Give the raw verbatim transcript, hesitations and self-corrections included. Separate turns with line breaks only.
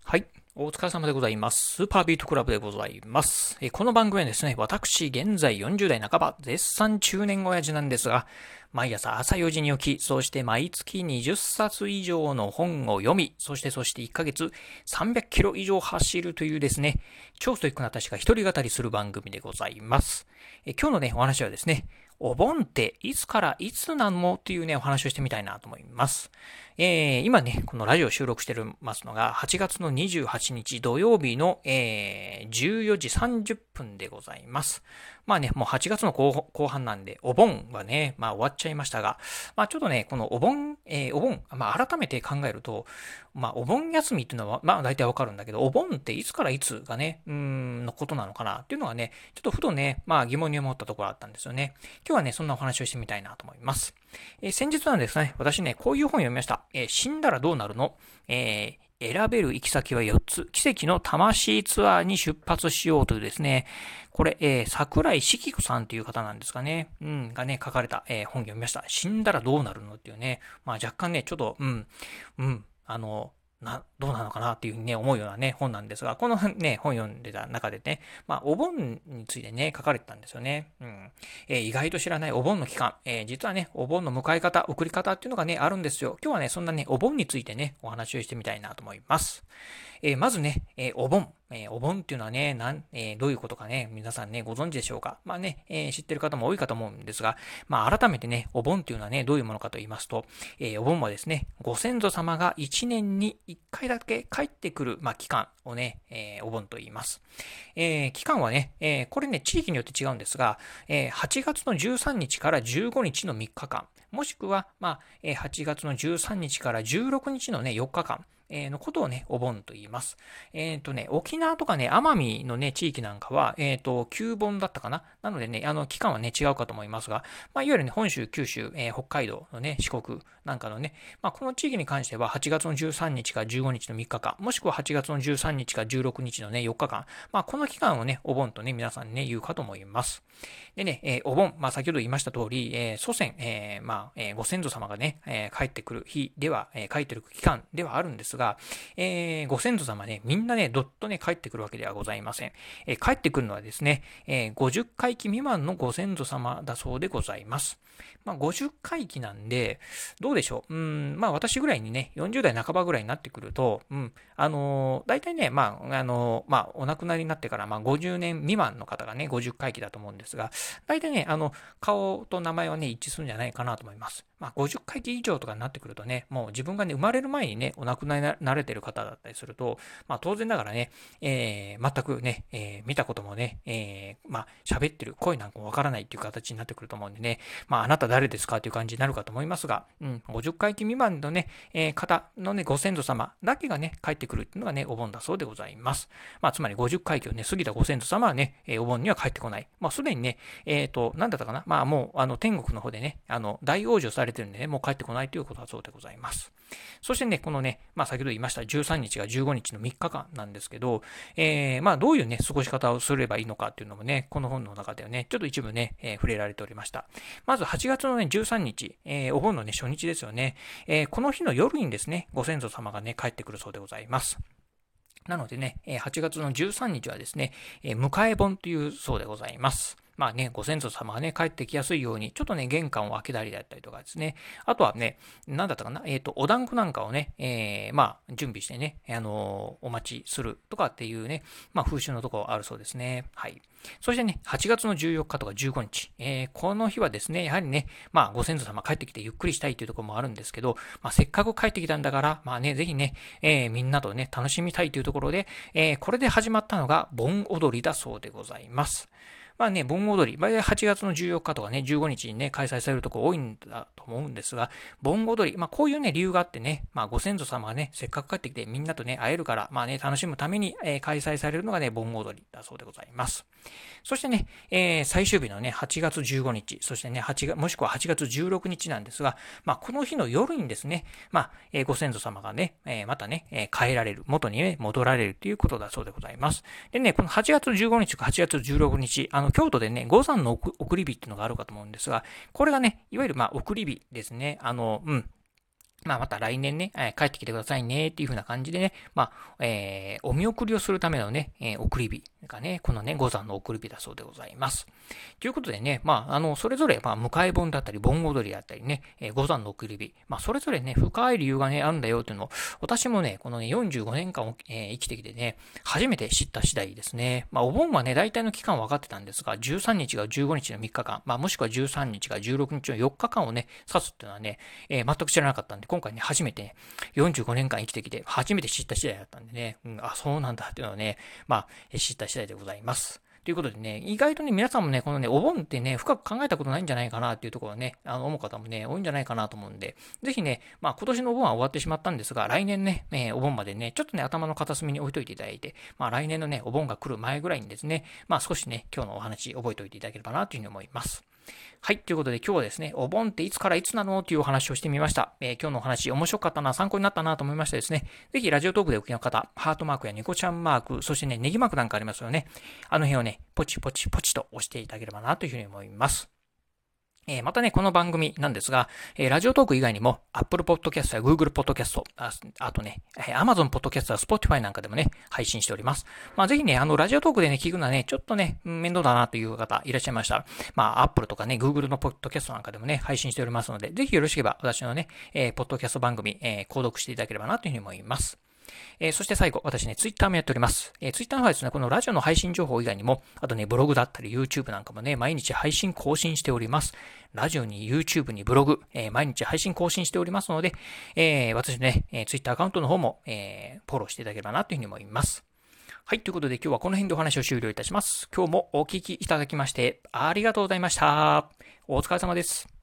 はい。お疲れ様でございます。スーパービートクラブでございます。えこの番組はですね、私、現在よんじゅう代半ば、絶賛中年親父なんですが、毎朝朝よじに起き、そして毎月にじゅっさつ以上の本を読み、そしてそしていっかげつさんびゃくキロ以上走るというですね、超ストイックな私が一人語りする番組でございます。え今日のね、お話はですね、お盆っていつからいつなのというね、お話をしてみたいなと思います。えー、今ね、このラジオ収録してますのが、はちがつのにじゅうはちにち土曜日の、えー、じゅうよじさんじゅっぷんでございます。まあね、もうはちがつの後半なんで、お盆はね、まあ終わっちゃいましたが、まあちょっとね、このお盆、えー、お盆、まあ改めて考えると、まあお盆休みっていうのは、まあ大体わかるんだけど、お盆っていつからいつがね、うーん、のことなのかなっていうのはね、ちょっとふとね、まあ疑問に思ったところあったんですよね。今日はね、そんなお話をしてみたいなと思います。えー、先日なんですね、私ね、こういう本を読みました。えー、死んだらどうなるの、えー選べる行き先はよっつ。奇跡の魂ツアーに出発しようというですね、これ、えー、桜井四季子さんという方なんですかね、うん、がね、書かれた、えー、本を読みました。死んだらどうなるのっていうね、まあ若干ね、ちょっと、うん、うん、あの、な、どうなのかなっていうふうにね、思うようなね、本なんですが、このね、本読んでた中でね、まあ、お盆についてね、書かれてたんですよね。うん。えー意外と知らないお盆の期間、えー実はね、お盆の迎え方、送り方っていうのがね、あるんですよ。今日はね、そんなね、お盆についてね、お話をしてみたいなと思います。えーまずね、えーお盆。えーお盆っていうのはね、なん、えーどういうことかね、皆さんね、ご存知でしょうか。まあね、えー知ってる方も多いかと思うんですが、まあ改めてね、お盆っていうのはね、どういうものかと言いますと、えーお盆はですね、ご先祖様がいちねんにいっかいだけ帰ってくる、まあ期間をね、えーお盆と言います。えー期間はね、えーこれね、地域によって違うんですが、えーはちがつのじゅうさんにちからじゅうごにちのみっかかん、もしくは、まあ、えーはちがつのじゅうさんにちからじゅうろくにちのね、よっかかん、えーのことをね、お盆と言います。えっ、とね、沖縄とかね、奄美のね、地域なんかは、えっ、と、旧盆だったかな。なのでね、あの、期間はね、違うかと思いますが、まあ、いわゆるね、本州、九州、えー北海道のね、四国なんかのね、まあ、この地域に関しては、はちがつのじゅうさんにちからじゅうごにちのみっかかん、もしくははちがつのじゅうさんにちからじゅうろくにちのね、よっかかん、まあ、この期間をね、お盆とね、皆さんね、言うかと思います。でね、えーお盆、まあ、先ほど言いました通り、えー祖先、えーまあ、えーご先祖様がね、えー帰ってくる日では、えー帰ってくる期間ではあるんですが、えーご先祖様ね、みんなね、どっとね、帰ってくるわけではございません。えー帰ってくるのはですね、えーごじゅっかいき未満のご先祖様だそうでございます。まあ、ごじゅっかいきなんで、どうでしょう。うん、まあ、私ぐらいにね、よんじゅう代半ばぐらいになってくると、うん、あのー、大体ね、まあ、あのー、まあ、お亡くなりになってから、まあ、ごじゅうねん未満の方がね、ごじゅっかいきだと思うんですが、大体ね、あの、顔と名前はね、一致するんじゃないかなと思います。まあ、ごじゅっかいき以上とかになってくるとね、もう自分がね、生まれる前にね、お亡くなりになれてる方だったりすると、まあ、当然ながらね、えー、全くね、えー、見たこともね、えー、まあ、喋ってる声なんかもわからないっていう形になってくると思うんでね、まあ、あなた誰ですかっていう感じになるかと思いますが、うん、ごじゅっかいき未満のね、えー、方のね、ご先祖様だけがね、帰ってくるっていうのがね、お盆だそうでございます。まあ、つまりごじゅっかいきをね、過ぎたご先祖様はね、えーお盆には帰ってこない。まあ、すでにね、えっ、と、なんだったかな、まあ、もう、あの、天国の方でね、あの、大往生されてるんでね、もう帰ってこないということだそうでございます。そしてね、このね、まあ、先ほど言いましたじゅうさんにちがじゅうごにちのみっかかんなんですけど、えー、まあ、どういうね、過ごし方をすればいいのかっていうのもね、この本の中ではね、ちょっと一部ね、えー、触れられておりました。まずはちがつのね、じゅうさんにち、えー、お盆のね、初日ですよね。えー、この日の夜にですね、ご先祖様がね、帰ってくるそうでございます。なのでね、はちがつのじゅうさんにちはですね、迎え盆というそうでございます。まあね、ご先祖様がね、帰ってきやすいように、ちょっとね、玄関を開けたりだったりとかですね。あとはね、なんだったかな、えっ、ー、と、お団子なんかをね、えー、まあ、準備してね、あのー、お待ちするとかっていうね、まあ、風習のところあるそうですね。はい。そしてね、はちがつのじゅうよっかとかじゅうごにち、えー、この日はですね、やはりね、まあ、ご先祖様帰ってきてゆっくりしたいというところもあるんですけど、まあ、せっかく帰ってきたんだから、まあね、ぜひね、えー、みんなとね、楽しみたいというところで、えー、これで始まったのが盆踊りだそうでございます。まあね、盆踊り、はちがつのじゅうよっかとかね、じゅうごにちにね、開催されるところ多いんだと思うんですが、盆踊り、まあこういうね、理由があってね、まあご先祖様がね、せっかく帰ってきてみんなとね、会えるから、まあね、楽しむために、えー、開催されるのがね、盆踊りだそうでございます。そしてね、えー、最終日のね、はちがつじゅうごにち、そしてね、はちがつ、もしくははちがつじゅうろくにちなんですが、まあこの日の夜にですね、まあ、えー、ご先祖様がね、えー、またね、えー、帰られる、元にね、戻られるということだそうでございます。でね、このはちがつじゅうごにちかはちがつじゅうろくにち、あの、京都でね、五山の送り火っていうのがあるかと思うんですが、これがね、いわゆるまあ、送り火ですね。あの、うん。 まあ、また来年ね、えー帰ってきてくださいね、っていう風な感じでね、まあ、えー、お見送りをするためのね、えー送り火がね、このね、五山の送り火だそうでございます。ということでね、まあ、あの、それぞれ、まあ、迎え盆だったり、盆踊りだったりね、えー五山の送り火、まあ、それぞれね、深い理由がね、あるんだよっていうのを、私もね、このね、よんじゅうごねんかんを、えー生きてきてね、初めて知った次第ですね。まあ、お盆はね、大体の期間は分かってたんですが、じゅうさんにちがじゅうごにちのみっかかん、まあ、もしくはじゅうさんにちがじゅうろくにちのよっかかんをね、指すっていうのはね、えー全く知らなかったんで、今回ね、初めてね、よんじゅうごねんかん生きてきて、初めて知った次第だったんでね、うん、あ、そうなんだっていうのをね、まあ、知った次第でございます。ということでね、意外とね、皆さんもね、このね、お盆ってね、深く考えたことないんじゃないかなっていうところをね、あの、思う方もね、多いんじゃないかなと思うんで、ぜひね、まあ、今年のお盆は終わってしまったんですが、来年ね、えーお盆までね、ちょっとね、頭の片隅に置いといていただいて、まあ、来年のね、お盆が来る前ぐらいにですね、まあ、少しね、今日のお話覚えておいていただければなというふうに思います。はい。ということで今日はですね、お盆っていつからいつなのというお話をしてみました。えー今日のお話面白かったな、参考になったなと思いましてですね、ぜひラジオトークでお聞きの方、ハートマークやニコちゃんマーク、そしてね、ネギマークなんかありますよね。あの辺をね、ポチポチポチと押していただければなというふうに思います。えーまたね、この番組なんですが、えーラジオトーク以外にも、Apple Podcast や Google Podcast、ああとね、えー Amazon Podcast や Spotify なんかでもね、配信しております。まあ、ぜひね、あの、ラジオトークでね、聞くのはね、ちょっとね、うん面倒だなという方いらっしゃいましたら、まあ、Apple とかね、Google の Podcast なんかでもね、配信しておりますので、ぜひよろしければ、私のね、えー、ポッドキャスト番組、えー購読していただければなというふうに思います。えーそして最後、私ね、ツイッターもやっております。えー、ツイッターの方はですね、このラジオの配信情報以外にも、あとね、ブログだったり YouTube なんかもね、毎日配信更新しております。ラジオに YouTube にブログ、えー毎日配信更新しておりますので、えー私のね、えー、ツイッターアカウントの方も、えーフォローしていただければなというふうに思います。はい、ということで今日はこの辺でお話を終了いたします。今日もお聞きいただきましてありがとうございました。お疲れ様です。